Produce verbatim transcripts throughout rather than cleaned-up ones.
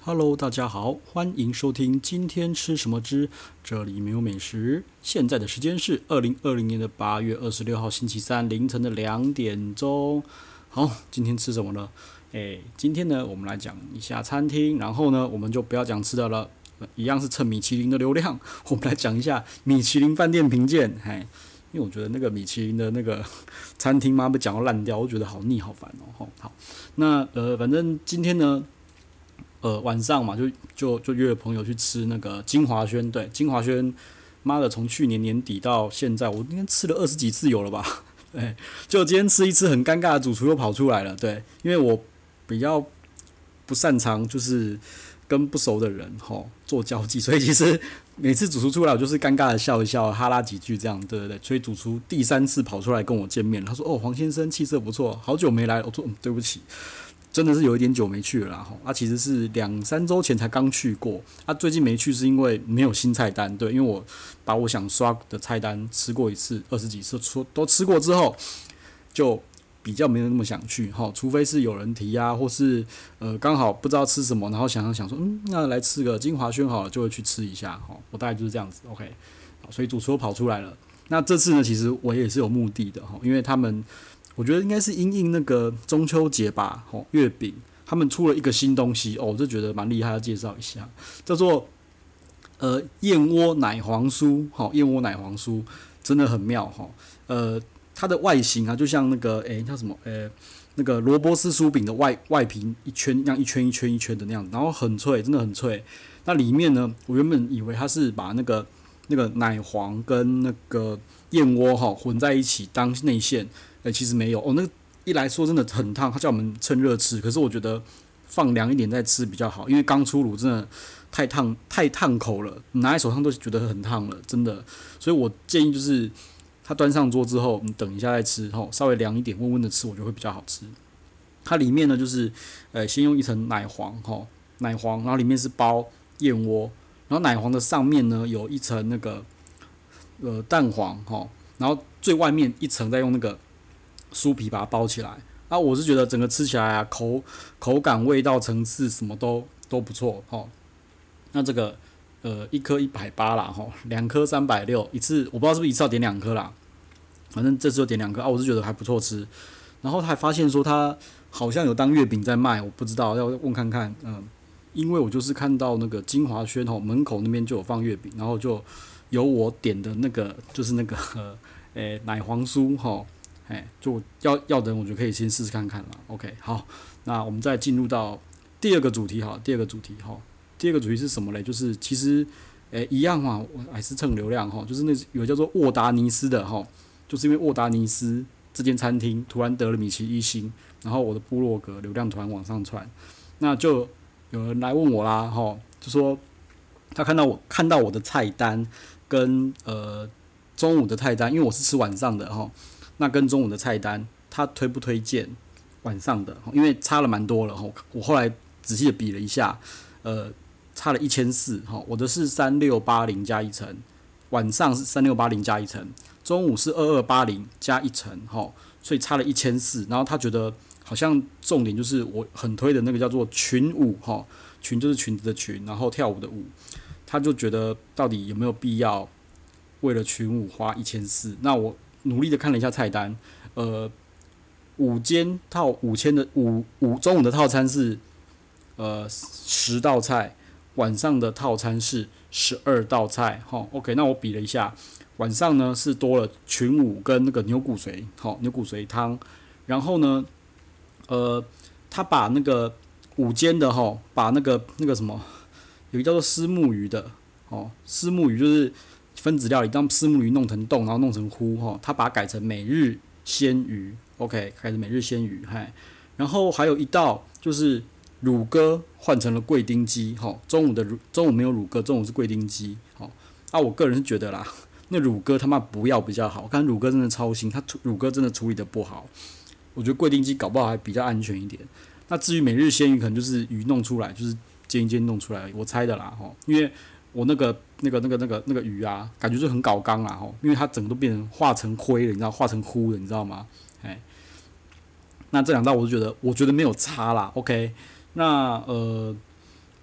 Hello，大家好，欢迎收听今天吃什么之，这里没有美食。现在的时间是二零二零年的八月二十六号星期三凌晨的两点钟。好，今天吃什么呢？诶，今天呢，我们来讲一下餐厅，然后呢，我们就不要讲吃的了，一样是蹭米其林的流量，我们来讲一下米其林饭店评鉴。嘿，因为我觉得那个米其林的那个餐厅妈被讲到烂掉，我觉得好腻好烦哦。好，那呃，反正今天呢。呃，晚上嘛，就就就约了朋友去吃那个金华轩。对，金华轩，妈的，从去年年底到现在，我应该吃了二十几次有了吧？对，就今天吃一次很尴尬的主厨又跑出来了。对，因为我比较不擅长就是跟不熟的人吼做交际，所以其实每次主厨出来，我就是尴尬的笑一笑，哈拉几句这样，对对对。所以主厨第三次跑出来跟我见面，他说：“哦，黄先生气色不错，好久没来了。”我说：“嗯，对不起。”真的是有一点久没去了啦，吼，啊，其实是两三周前才刚去过，啊，最近没去是因为没有新菜单，对，因为我把我想刷的菜单吃过一次，二十几次出都吃过之后，就比较没有那么想去，哈，除非是有人提啊，或是呃刚好不知道吃什么，然后想想想说，嗯，那来吃个金华轩好了，就会去吃一下，哈，我大概就是这样子 ，OK， 好，所以主厨跑出来了，那这次呢，其实我也是有目的的，哈，因为他们。我觉得应该是因应那个中秋节吧，吼，月饼他们出了一个新东西，哦，我就觉得蛮厉害，要介绍一下，叫做呃燕窝奶黄酥，吼，燕窝奶黄酥真的很妙，吼，呃，它的外形啊，就像那个诶叫什么，诶那个萝卜丝酥饼的外外皮一圈，那样一圈一圈一圈的那样，然后很脆，真的很脆。那里面呢，我原本以为它是把那个那个奶黄跟那个燕窝哈混在一起当内馅。欸、其实没有哦，那个一来说真的很烫，他叫我们趁热吃，可是我觉得放凉一点再吃比较好，因为刚出炉真的太烫太烫口了，拿在手上都觉得很烫了，真的。所以我建议就是它端上桌之后，你等一下再吃，吼，稍微凉一点，温温的吃，我觉得会比较好吃。它里面呢就是呃先用一层奶黄，吼，奶黄，然后里面是包燕窝，然后奶黄的上面呢有一层那个呃蛋黄，吼，然后最外面一层再用那个酥皮把它包起来。啊，我是觉得整个吃起来啊，口口感、味道、层次什么都都不错哦。那这个呃，一颗一百八啦，吼，两颗三百六，一次我不知道是不是一次要点两颗啦，反正这次就点两颗啊，我是觉得还不错吃。然后他还发现说他好像有当月饼在卖，我不知道要问看看，嗯，因为我就是看到那个金华轩吼门口那边就有放月饼，然后就有我点的那个就是那个呃，诶奶黄酥吼。哎，就要要的人，我觉得可以先试试看看啦。OK，好，那我们再进入到第二个主题好，第二个主题哈，第二个主题是什么嘞？就是其实，诶，一样嘛，我还是蹭流量哈，就是那有叫做沃达尼斯的哈，就是因为沃达尼斯这间餐厅突然得了米其林一星，然后我的部落格流量突然往上窜，那就有人来问我啦，哈，就说他看到我看到我的菜单跟呃中午的菜单，因为我是吃晚上的哈。那跟中午的菜单，他推不推荐晚上的？因为差了蛮多了哈。我后来仔细的比了一下，呃，差了一千四哈。我的是三六八零加一层，晚上是三六八零加一层，中午是二二八零加一层哈，所以差了一千四。然后他觉得好像重点就是我很推的那个叫做群舞哈，群就是裙子的裙，然后跳舞的舞，他就觉得到底有没有必要为了群舞花一千四？那我。努力的看了一下菜单，呃，午间套五千的午午中午的套餐是呃十道菜，晚上的套餐是十二道菜，哈 ，OK， 那我比了一下，晚上呢是多了群舞跟那个牛骨髓，好牛骨髓汤，然后呢，呃，他把那个午间的哈，把那个那个什么，有一个叫做丝木鱼的，哦，丝木鱼就是。分子料理，当丝木鱼弄成冻，然后弄成糊哈，他把它改成每日鲜鱼 ，OK， 改成每日鲜鱼，嗨，然后还有一道就是乳鸽换成了桂丁鸡，哈，中午的中午没有乳鸽，中午是桂丁鸡，好，啊，我个人是觉得啦，那乳鸽他妈不要比较好，我看乳鸽真的超腥，他乳鸽真的处理的不好，我觉得桂丁鸡搞不好还比较安全一点。那至于每日鲜鱼，可能就是鱼弄出来，就是煎一煎弄出来，我猜的啦，哈，因为。我那个、那个、那个、那个、那个鱼啊，感觉就很搞刚啦吼，因为它整个都变成化成灰了，你知道，化成糊了，你知道吗？哎，那这两道我就觉得，我觉得没有差啦。OK，那呃，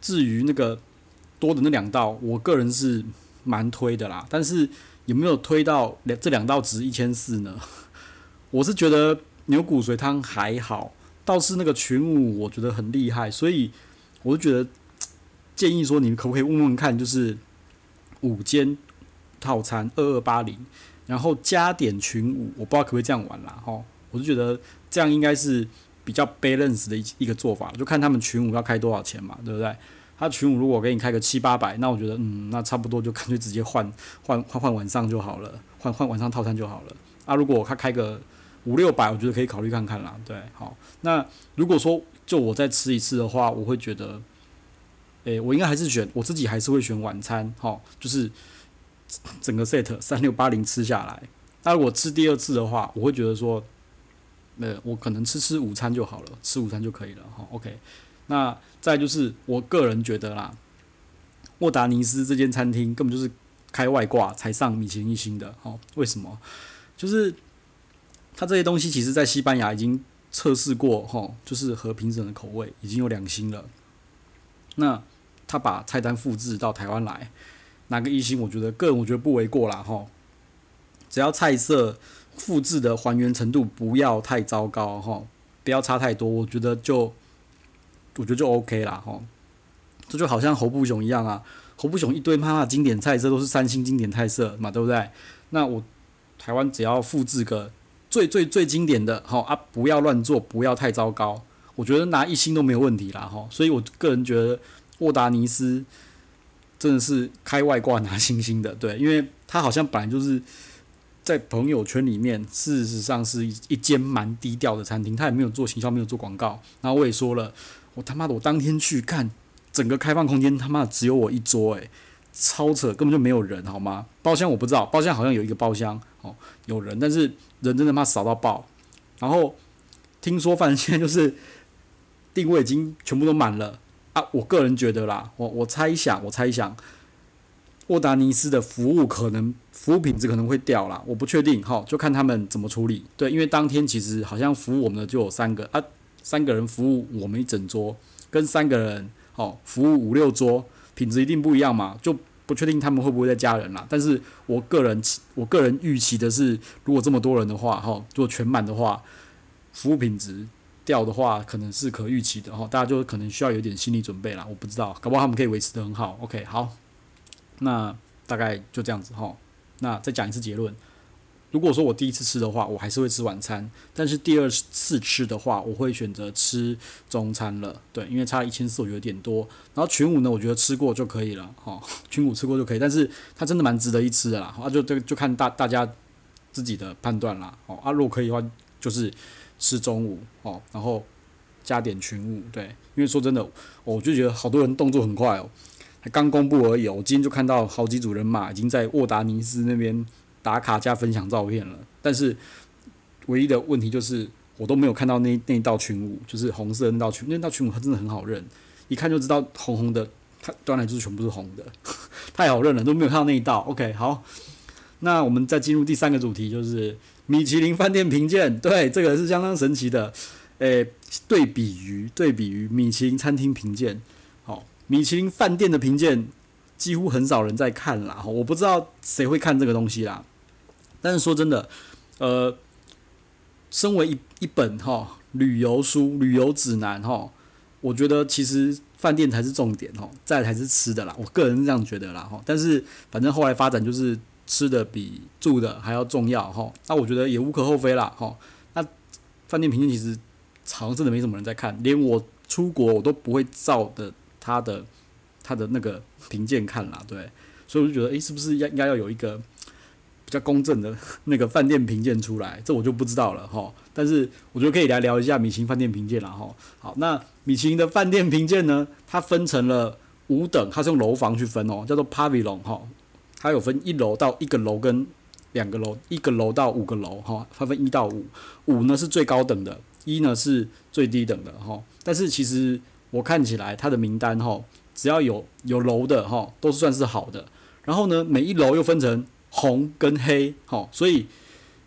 至于那个多的那两道，我个人是蛮推的啦，但是有没有推到这两道值一千四呢？我是觉得牛骨髓汤还好，倒是那个群舞我觉得很厉害，所以我就觉得建议说，你可不可以问问看，就是五间套餐二二八零，然后加点群舞，我不知道可不可以这样玩啦，吼，我就觉得这样应该是比较 balance 的一个做法，就看他们群舞要开多少钱嘛，对不对？他群舞如果给你开个七八百，那我觉得嗯，那差不多就干脆直接换换换换晚上就好了，换换晚上套餐就好了。啊，如果他开个五六百，我觉得可以考虑看看啦。对，好，那如果说就我再吃一次的话，我会觉得，诶、欸，我应该还是选我自己还是会选晚餐，哈，就是整个 set 三六八零吃下来。那如果吃第二次的话，我会觉得说，呃，我可能吃吃午餐就好了，吃午餐就可以了，哈 ，OK。那再就是我个人觉得啦，沃达尼斯这间餐厅根本就是开外挂才上米其林一星的，哦，为什么？就是它这些东西其实在西班牙已经测试过，吼，就是和评审的口味已经有两星了。那他把菜单复制到台湾来，拿个一星，我觉得个人我觉得不为过啦，吼。只要菜色复制的还原程度不要太糟糕，吼，不要差太多，我觉得就我觉得就 OK 啦，吼。这就好像侯布雄一样啊，侯布雄一堆妈妈经典菜色都是三星经典菜色嘛，对不对？那我台湾只要复制个最最最经典的，吼啊，不要乱做，不要太糟糕，我觉得拿一星都没有问题啦，吼。所以我个人觉得沃达尼斯真的是开外挂拿星星的，对，因为他好像本来就是在朋友圈里面，事实上是一间蛮低调的餐厅，他也没有做行销，没有做广告。然后我也说了，我他妈的，我当天去看整个开放空间，他妈的只有我一桌，诶，超扯，根本就没有人，好吗？包厢我不知道，包厢好像有一个包厢哦有人，但是人真的妈少到爆。然后听说反正现在就是定位已经全部都满了啊，我个人觉得啦，我我猜想，我猜想。沃达尼斯的服务可能服务品质可能会掉啦，我不确定哈，就看他们怎么处理。对，因为当天其实好像服务我们的就有三个啊，三个人服务我们一整桌，跟三个人哦服务五六桌，品质一定不一样嘛，就不确定他们会不会再加人啦。但是我个人我个人预期的是，如果这么多人的话哈，如果全满的话，服务品质掉的话，可能是可预期的哈，大家就可能需要有点心理准备啦，我不知道，搞不好他们可以维持得很好。OK， 好。那大概就这样子齁。那再讲一次结论。如果说我第一次吃的话，我还是会吃晚餐；但是第二次吃的话，我会选择吃中餐了。对，因为差一千四我觉得有点多。然后群舞呢，我觉得吃过就可以了，齁，群舞吃过就可以。但是它真的蛮值得一吃的啦，啊就就就看大大家自己的判断啦。哦，啊如果可以的话，就是吃中午哦，然后加点群舞。对，因为说真的，我就觉得好多人动作很快哦。刚公布而已，我今天就看到好几组人马已经在沃达尼斯那边打卡加分享照片了。但是唯一的问题就是，我都没有看到那那道群舞，就是红色的那道群，那道群舞它真的很好认，一看就知道红红的，它端来就是全部是红的，太好认了，都没有看到那一道。OK， 好，那我们再进入第三个主题，就是米其林饭店评鉴。对，这个是相当神奇的，诶、欸，对比于对比于米其林餐厅评鉴。米其林饭店的评鉴几乎很少人在看啦，我不知道谁会看这个东西啦。但是说真的，呃，身为一一本哈旅游书、旅游指南哈，我觉得其实饭店才是重点哈，再来才是吃的啦。我个人是这样觉得啦哈。但是反正后来发展就是吃的比住的还要重要哈，那我觉得也无可厚非啦哈。那饭店评鉴其实好像真的没什么人在看，连我出国我都不会照的。他的他的那个评鉴看啦，对，所以我就觉得，诶、欸，是不是应该要有一个比较公正的那个饭店评鉴出来？这我就不知道了哈。但是我觉得可以来聊一下米其林饭店评鉴啦哈。好，那米其林的饭店评鉴呢，它分成了五等，它是用楼房去分哦，叫做 pavilion 哈。它有分一楼到一个楼跟两个楼，一个楼到五个楼哈，它分一到五，五呢是最高等的，一呢是最低等的哈。但是其实我看起来它的名单齁，只要有有楼的齁，都算是好的。然后呢，每一楼又分成红跟黑齁，所以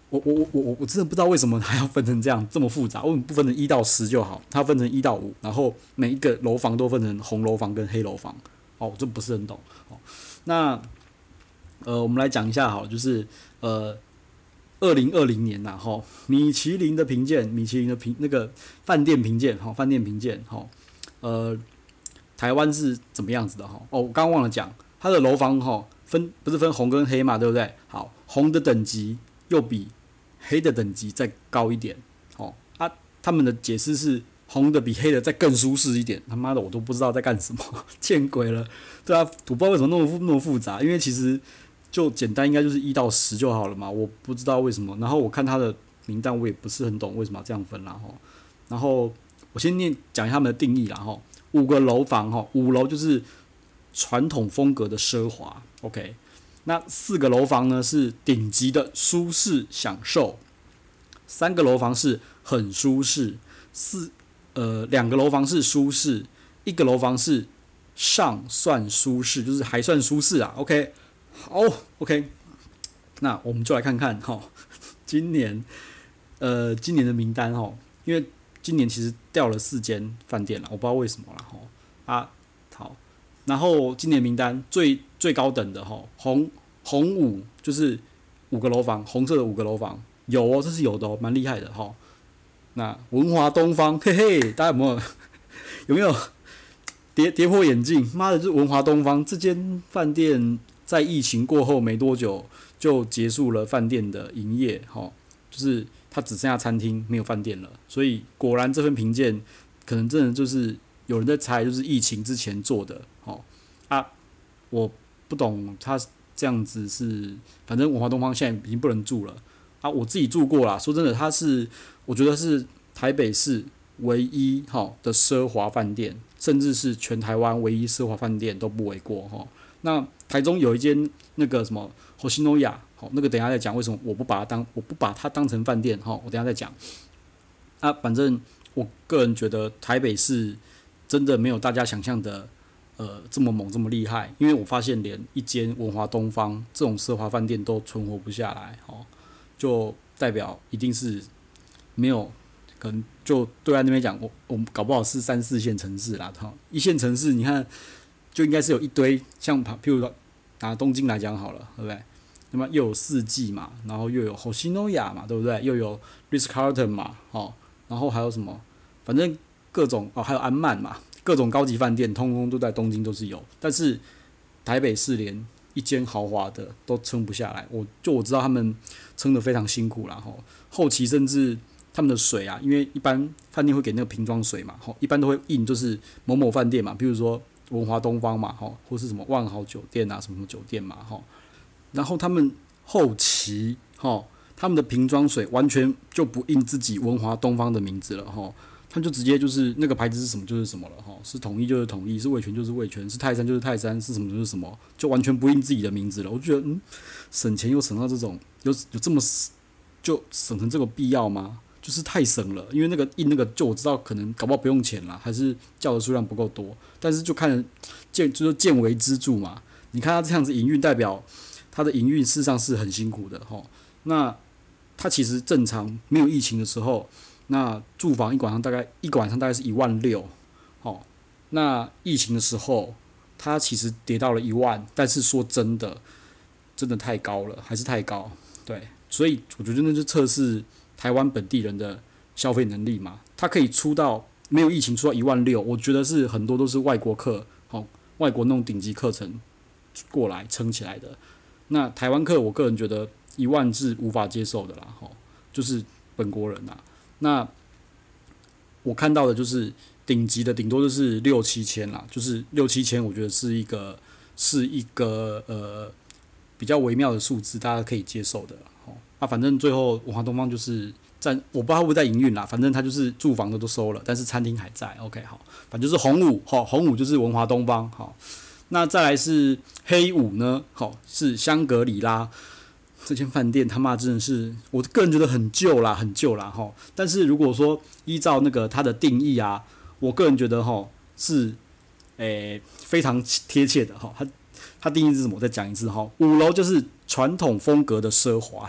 我我我我我真的不知道为什么还要分成这样这么复杂，为什么不分成一到十就好？它分成一到五，然后每一个楼房都分成红楼房跟黑楼房。哦，这不是很懂。哦，那呃，我们来讲一下好了，就是呃，二零二零年呐，哈，米其林的评鉴，米其林的评那个饭店评鉴，哈，饭店评鉴，哈，呃，台湾是怎么样子的哈？哦，我刚刚忘了讲，它的楼房哈分不是分红跟黑嘛，对不对？好，红的等级又比黑的等级再高一点，哦啊，他们的解释是红的比黑的再更舒适一点。他妈的，我都不知道在干什么，见鬼了！对啊，我不知道为什么那么那么复杂，因为其实就简单，应该就是一到十就好了嘛。我不知道为什么，然后我看他的名单，我也不是很懂为什么要这样分啦哈。然后我先念讲一下他们的定义啦哈。五个楼房哈，五楼就是传统风格的奢华 ，OK。那四个楼房呢是顶级的舒适享受，三个楼房是很舒适，四呃两个楼房是舒适，一个楼房是尚算舒适，就是还算舒适啊。OK， 好 ，OK， 那我们就来看看哈，今年呃今年的名单哈，因为今年其实掉了四间饭店了，我不知道为什么啦哈啊好。然后今年名单最最高等的哈，红红五就是五个楼房，红色的五个楼房有哦，这是有的哦，蛮厉害的哈。那文华东方，嘿嘿，大家有没有有没有跌跌破眼镜？妈的，就是文华东方这间饭店，在疫情过后没多久就结束了饭店的营业，哈，就是它只剩下餐厅没有饭店了。所以果然这份评鉴可能真的就是有人在猜，就是疫情之前做的。哦啊，我不懂他这样子是，反正文华东方现在已经不能住了啊。我自己住过啦，说真的，它是我觉得是台北市唯一哈的奢华饭店，甚至是全台湾唯一奢华饭店都不为过哈。那台中有一间那个什么火星诺亚，好，那个等一下再讲为什么我不把它当我不把它当成饭店哈，我等一下再讲。啊，反正我个人觉得台北市真的没有大家想象的。呃，这么猛，这么厉害，因为我发现连一间文华东方这种奢华饭店都存活不下来，哦，就代表一定是没有，可能就对岸那边讲，我我们搞不好是三四线城市啦，哈，一线城市你看就应该是有一堆，像譬如说拿东京来讲好了，对不对？那么又有四季嘛，然后又有 Hoshinoya 嘛，对不对？又有 Ritz-Carlton 嘛，哦，然后还有什么？反正各种哦，还有安曼嘛。各种高级饭店，通通都在东京都是有，但是台北市连一间豪华的都撑不下来。我就我知道他们撑得非常辛苦啦，吼，后期甚至他们的水啊，因为一般饭店会给那个瓶装水嘛，吼，一般都会印就是某某饭店嘛，比如说文华东方嘛，吼，或是什么万豪酒店啊，什么什么酒店嘛，吼，然后他们后期，吼，他们的瓶装水完全就不印自己文华东方的名字了，吼。他们就直接就是那个牌子是什么就是什么了哈，是统一就是统一，是味全就是味全，是泰山就是泰山，是什么就是什么，就完全不印自己的名字了。我觉得嗯，省钱又省到这种，有有这么就省成这个必要吗？就是太省了，因为那个印那个就我知道可能搞不好不用钱啦，还是叫的数量不够多，但是就看见就是见微知著嘛。你看他这样子营运，代表他的营运事实上是很辛苦的哈。那他其实正常没有疫情的时候。那住房一晚上大概一个晚上大概是一万六，哦，那疫情的时候，它其实跌到了一万，但是说真的，真的太高了，还是太高，对，所以我觉得那就测试台湾本地人的消费能力嘛，它可以出到没有疫情出到一万六，我觉得是很多都是外国客，哦，外国那种顶级课程过来撑起来的，那台湾客我个人觉得一万是无法接受的啦，哦，就是本国人啊。那我看到的就是顶级的，顶多就是六七千啦，就是六七千，我觉得是一个是一个呃比较微妙的数字，大家可以接受的哦。啊，反正最后文华东方就是在，我不知道会不会在营运啦，反正他就是住房的都收了，但是餐厅还在。OK， 好，反正就是红五，好，红五就是文华东方，好，那再来是黑五呢，好，是香格里拉。这间饭店他妈真的是，我个人觉得很旧啦，很旧啦哈。但是如果说依照那个它的定义啊，我个人觉得哈是，诶、欸、非常贴切的哈。它它定义是什么？我再讲一次哈。五楼就是传统风格的奢华，它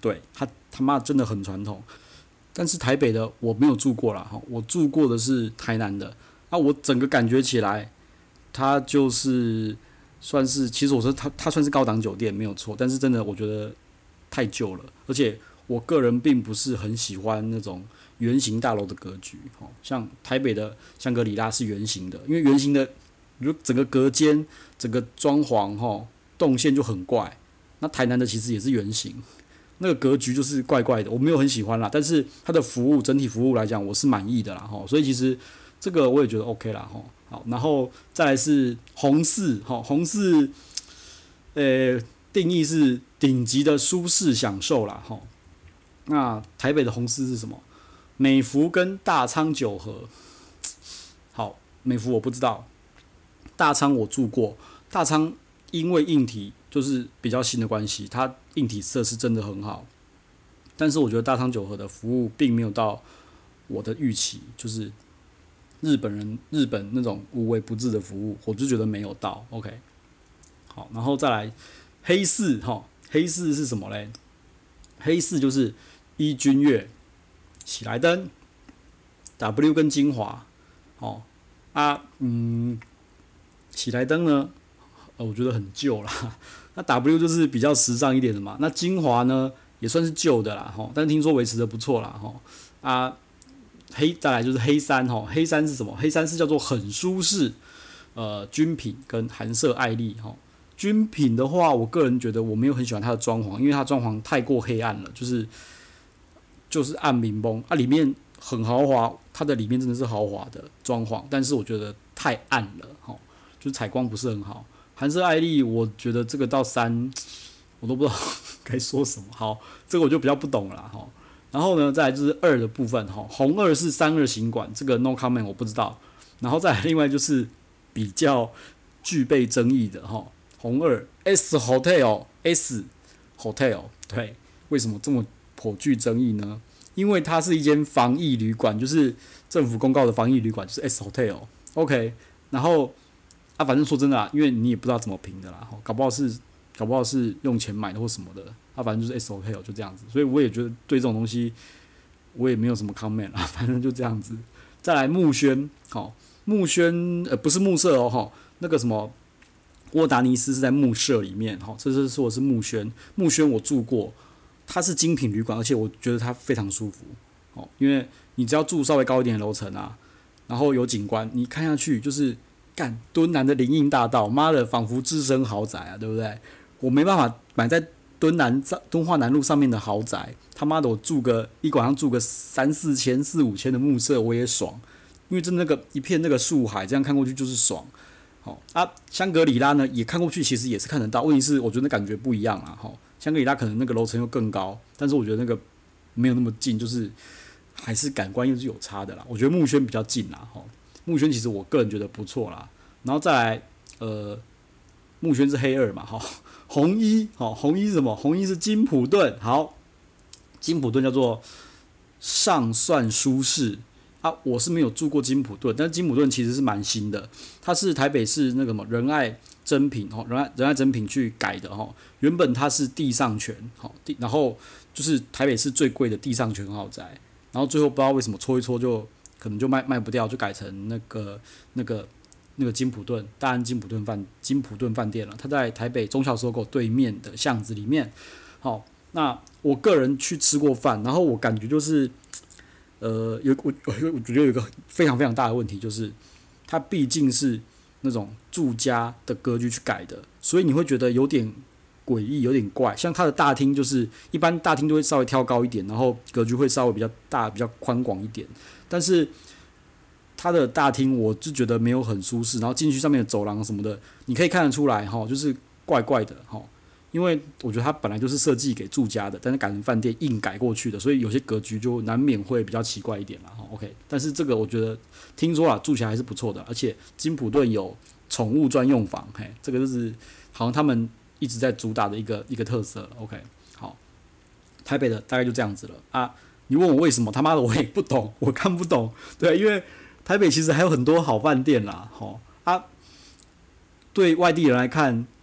对，它他妈真的很传统。但是台北的我没有住过啦，我住过的是台南的。啊，我整个感觉起来，它就是算是，其实我说它它算是高档酒店没有错，但是真的我觉得太旧了，而且我个人并不是很喜欢那种圆形大楼的格局。像台北的香格里拉是圆形的，因为圆形的，比如整个隔间、整个装潢哈动线就很怪。那台南的其实也是圆形。那个格局就是怪怪的，我没有很喜欢啦。但是它的服务整体服务来讲，我是满意的啦吼。所以其实这个我也觉得 OK 啦吼。好，然后再来是红四吼，红四，呃，定义是顶级的舒适享受啦吼。那台北的红四是什么？美福跟大昌九和。好，美福我不知道，大昌我住过，大昌因为硬体就是比较新的关系，它硬体设施真的很好，但是我觉得大昌九和的服务并没有到我的预期，就是日本人日本那种无微不至的服务，我就觉得没有到。OK， 好，然后再来黑四哈，黑四是什么嘞？黑四就是一君悦、喜来登、W 跟精华，哦啊嗯，喜来登呢，呃，我觉得很旧啦。那 W 就是比较时尚一点的嘛，那精华呢也算是旧的啦，吼，但是听说维持的不错啦，吼啊，黑再来就是黑山，吼，黑山是什么？黑山是叫做很舒适，呃，军品跟韩舍爱丽，吼，军品的话，我个人觉得我没有很喜欢它的装潢，因为它装潢太过黑暗了，就是就是暗民风啊，里面很豪华，它的里面真的是豪华的装潢，但是我觉得太暗了，吼，就是采光不是很好。韩舍爱丽，我觉得这个到三，我都不知道该说什么。好，这个我就比较不懂了啦。哈，然后呢，再来就是二的部分。哈，红二是三二行馆，这个 no comment 我不知道。然后再来另外就是比较具备争议的哈，红二 S Hotel S Hotel 对，为什么这么颇具争议呢？因为它是一间防疫旅馆，就是政府公告的防疫旅馆，就是 S Hotel。OK， 然后。啊，反正说真的啦，因为你也不知道怎么评的啦，搞不好是搞不好是用钱买的或什么的，啊，反正就是 S O K 就这样子，所以我也觉得对这种东西我也没有什么 comment 啦，反正就这样子。再来木轩，好，木轩呃不是木舍哦，哈，那个什么沃达尼斯是在木舍里面，哈，这是说的是木轩，木轩我住过，它是精品旅馆，而且我觉得它非常舒服，哦，因为你只要住稍微高一点的楼层啊，然后有景观，你看下去就是。干敦南的林荫大道，妈的，仿佛置身豪宅啊，对不对？我没办法买在敦南敦化南路上面的豪宅，他妈的，我住个一晚上住个三四千、四五千的木舍，我也爽，因为真的那个一片那个树海，这样看过去就是爽。好、哦、啊，香格里拉呢也看过去，其实也是看得到，问题是我觉得那感觉不一样啊。哈、哦，香格里拉可能那个楼层又更高，但是我觉得那个没有那么近，就是还是感官又是有差的啦。我觉得木轩比较近啦，哈、哦。木轩其实我个人觉得不错啦，然后再来，呃，木轩是黑二嘛，哈，红一，好，红一是什么？红一是金普顿，好，金普顿叫做尚算舒适啊，我是没有住过金普顿，但是金普顿其实是蛮新的，它是台北市那个什么仁爱珍品，哈，仁爱仁爱珍品去改的哈，原本它是地上权，好，地，然后就是台北市最贵的地上权豪宅，然后最后不知道为什么搓一搓就。可能就卖卖不掉，就改成那个那个那个金普顿大安金普顿饭金普顿饭店了。它在台北中小收购对面的巷子里面。好，那我个人去吃过饭，然后我感觉就是，呃，有我我我觉得有一个非常非常大的问题，就是它毕竟是那种住家的格局去改的，所以你会觉得有点诡异，有点怪。像它的大厅就是一般大厅都会稍微挑高一点，然后格局会稍微比较大、比较宽广一点。但是它的大厅我就觉得没有很舒适，然后进去上面的走廊什么的，你可以看得出来哈，就是怪怪的哈。因为我觉得它本来就是设计给住家的，但是改成饭店硬改过去的，所以有些格局就难免会比较奇怪一点啦。OK， 但是这个我觉得听说啊，住起来还是不错的，而且金普顿有宠物专用房，嘿，这个就是好像他们一直在主打的一个一个特色了。OK， 好，台北的大概就这样子了啊。你问我为什么？他妈的我也不懂，我看不懂。对，因为台北其实还有很多好饭店啦，吼啊，对外地人来看，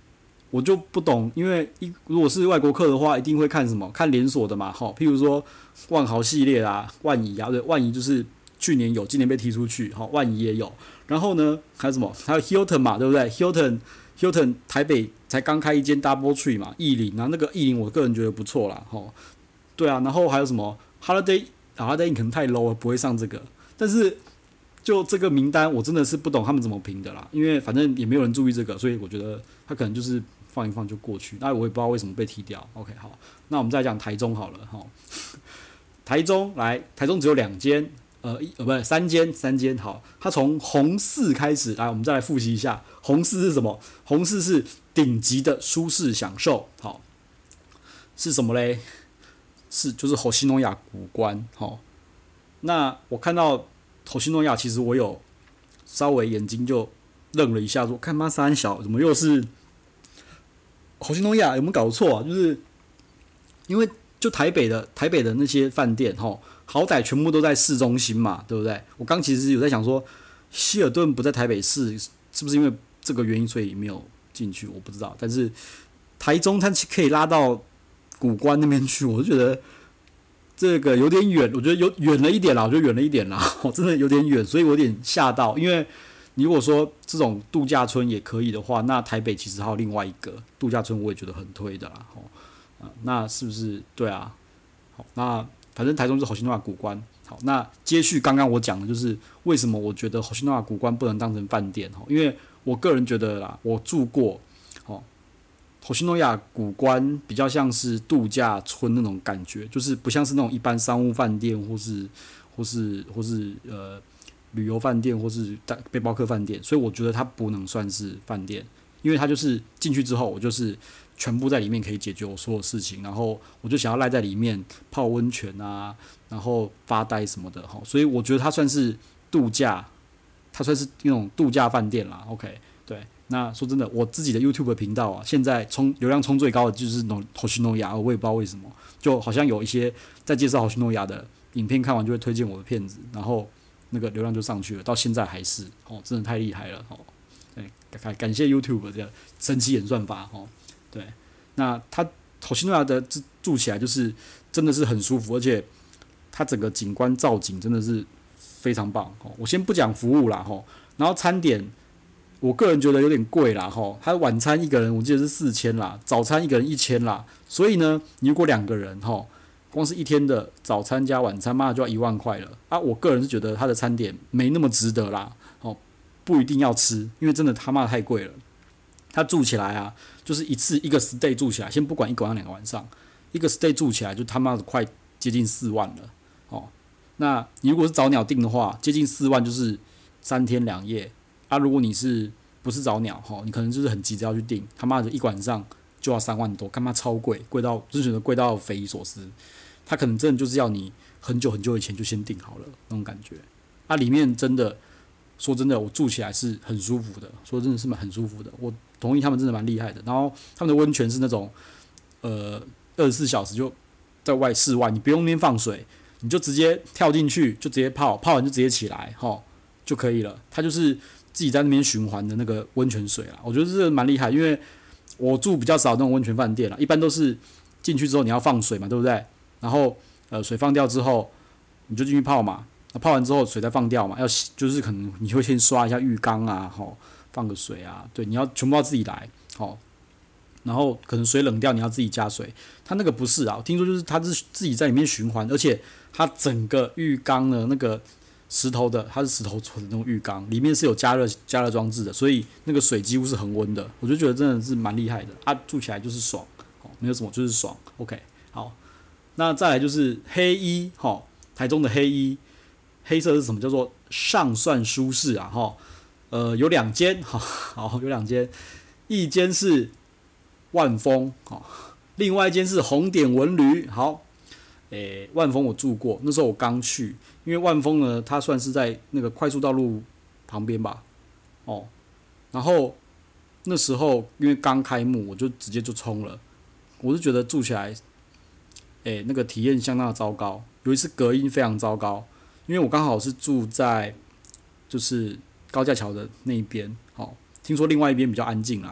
我就不懂，因为一如果是外国客的话，一定会看什么？看连锁的嘛，哈，譬如说万豪系列啦、万怡啊，对，万怡就是去年有，今年被踢出去，哈，万怡也有。然后呢，还有什么？还有 Hilton 嘛，对不对？Hilton Hilton 台北才刚开一间 Double Tree 嘛，逸林啊，那个逸林我个人觉得不错啦，哈，对啊。然后还有什么 Holiday Holiday Inn 可能太 low 了，不会上这个，但是。就这个名单，我真的是不懂他们怎么评的啦，因为反正也没有人注意这个，所以我觉得他可能就是放一放就过去。那我也不知道为什么被踢掉。OK， 好，那我们再讲台中好了哈。台中来，台中只有两间，呃，一呃不是三间，三间好。它从红四开始，来我们再来复习一下，红四是什么？红四是顶级的舒适享受，好，是什么嘞？是就是虹夕诺雅谷关，好。那我看到。虹夕诺雅其实我有稍微眼睛就愣了一下，说看妈三小怎么又是虹夕诺雅？有没有搞错啊？就是因为就台北的台北的那些饭店齁，好歹全部都在市中心嘛，对不对？我刚其实有在想说，希尔顿不在台北市，是不是因为这个原因所以没有进去？我不知道。但是台中它可以拉到谷关那边去，我就觉得。这个有点远，我觉得有远了一点啦，我觉得远了一点啦，真的有点远，所以我有点吓到。因为你如果说这种度假村也可以的话，那台北其实还有另外一个度假村，我也觉得很推的啦。啊，那是不是对啊？好，那反正台中是虹夕诺雅谷关。好，那接续刚刚我讲的就是为什么我觉得虹夕诺雅谷关不能当成饭店，因为我个人觉得啦，我住过，哦。虹夕诺雅谷关比较像是度假村那种感觉，就是不像是那种一般商务饭店或是或是或是呃旅游饭店或是背包客饭店，所以我觉得它不能算是饭店，因为它就是进去之后，我就是全部在里面可以解决我所有事情，然后我就想要赖在里面泡温泉啊，然后发呆什么的哈，所以我觉得它算是度假，它算是那种度假饭店啦。OK， 对。那说真的，我自己的 YouTube 频道啊，现在冲流量冲最高的就是虹夕诺雅，我也不知道为什么，就好像有一些在介绍虹夕诺雅的影片，看完就会推荐我的片子，然后那个流量就上去了，到现在还是哦，真的太厉害了哦！对，感感谢 YouTube 这样神奇演算法哦。对，那它虹夕诺雅的住起来就是真的是很舒服，而且它整个景观造景真的是非常棒哦。我先不讲服务啦吼，然后餐点。我个人觉得有点贵啦，吼，他晚餐一个人我记得是四千啦，早餐一个人一千啦，所以呢，你如果两个人吼，光是一天的早餐加晚餐，妈就要一万块了啊！我个人是觉得他的餐点没那么值得啦，哦，不一定要吃，因为真的他妈太贵了。他住起来啊，就是一次一个 stay 住起来，先不管一个晚上两个晚上，一个 stay 住起来就他妈的快接近四万了，哦，那你如果是早鸟订的话，接近四万就是三天两夜。啊，如果你是不是早鸟哈，你可能就是很急着要去订，他妈的一晚上就要三万多，干嘛超贵，贵到就是觉得贵到匪夷所思。他可能真的就是要你很久很久以前就先订好了那种感觉。啊，里面真的说真的，我住起来是很舒服的，说真的是很舒服的。我同意他们真的蛮厉害的。然后他们的温泉是那种呃二十四小时就在外室外，你不用那边放水，你就直接跳进去就直接泡，泡完就直接起来哈就可以了。它就是自己在那边循环的那个温泉水啦，我觉得这蛮厉害，因为我住比较少那种温泉饭店啦，一般都是进去之后你要放水嘛，对不对？然后呃水放掉之后，你就进去泡嘛，那泡完之后水再放掉嘛，要洗就是可能你会先刷一下浴缸啊，吼，放个水啊，对，你要全部要自己来，吼，然后可能水冷掉你要自己加水，它那个不是啊，我听说就是它是自己在里面循环，而且它整个浴缸的那个。石头的，它是石头做的那种浴缸，里面是有加热加热装置的，所以那个水几乎是恒温的，我就觉得真的是蛮厉害的啊，住起来就是爽，哦，没有什么就是爽 ，OK， 好，那再来就是黑衣，哈，台中的黑衣，黑色是什么？叫做尚算舒适啊，哈，呃，有两间，好，好，有两间，一间是万丰，好，另外一间是红点文旅，好。诶，万丰我住过，那时候我刚去，因为万丰呢，它算是在那个快速道路旁边吧，哦，然后那时候因为刚开幕，我就直接就冲了，我是觉得住起来，诶，那个体验相当的糟糕，尤其是隔音非常糟糕，因为我刚好是住在就是高架桥的那一边，哦，听说另外一边比较安静啦，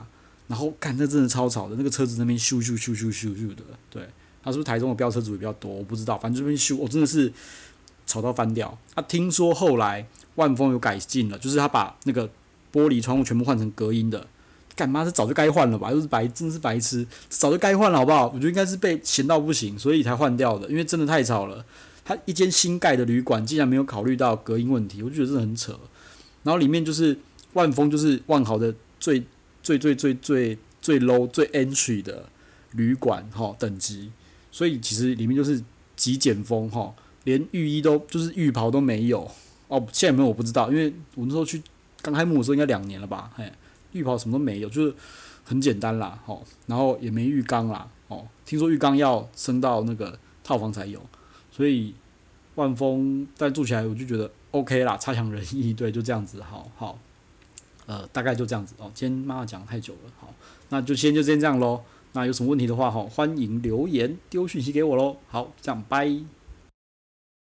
然后看那真的超吵的，那个车子那边咻咻咻咻咻咻的，对，他是不是台中的飙车族也比较多，我不知道，反正这边咻，我真的是吵到翻掉。啊，听说后来万丰有改进了，就是他把那个玻璃窗户全部换成隔音的。干妈是早就该换了吧，就是白，真的是白痴，早就该换了好不好？我觉得应该是被嫌到不行，所以才换掉的，因为真的太吵了。他一间新盖的旅馆竟然没有考虑到隔音问题，我就觉得真的很扯。然后里面就是万丰，就是万豪的最最最最最最 low 最 entry 的旅馆哈等级，所以其实里面就是极简风哈，连浴衣都就是浴袍都没有哦。现在有没有我不知道，因为我那时候去刚开幕的时候应该两年了吧，嘿。浴袍什么都没有，就是很简单啦，吼，然后也没浴缸啦，哦，听说浴缸要升到那个套房才有，所以万丰但住起来我就觉得 OK 啦，差强人意，对，就这样子，好好，呃，大概就这样子哦。今天妈妈讲太久了，好，那就先就先这样咯。那有什么问题的话，吼，欢迎留言丢讯息给我咯。好，这样拜。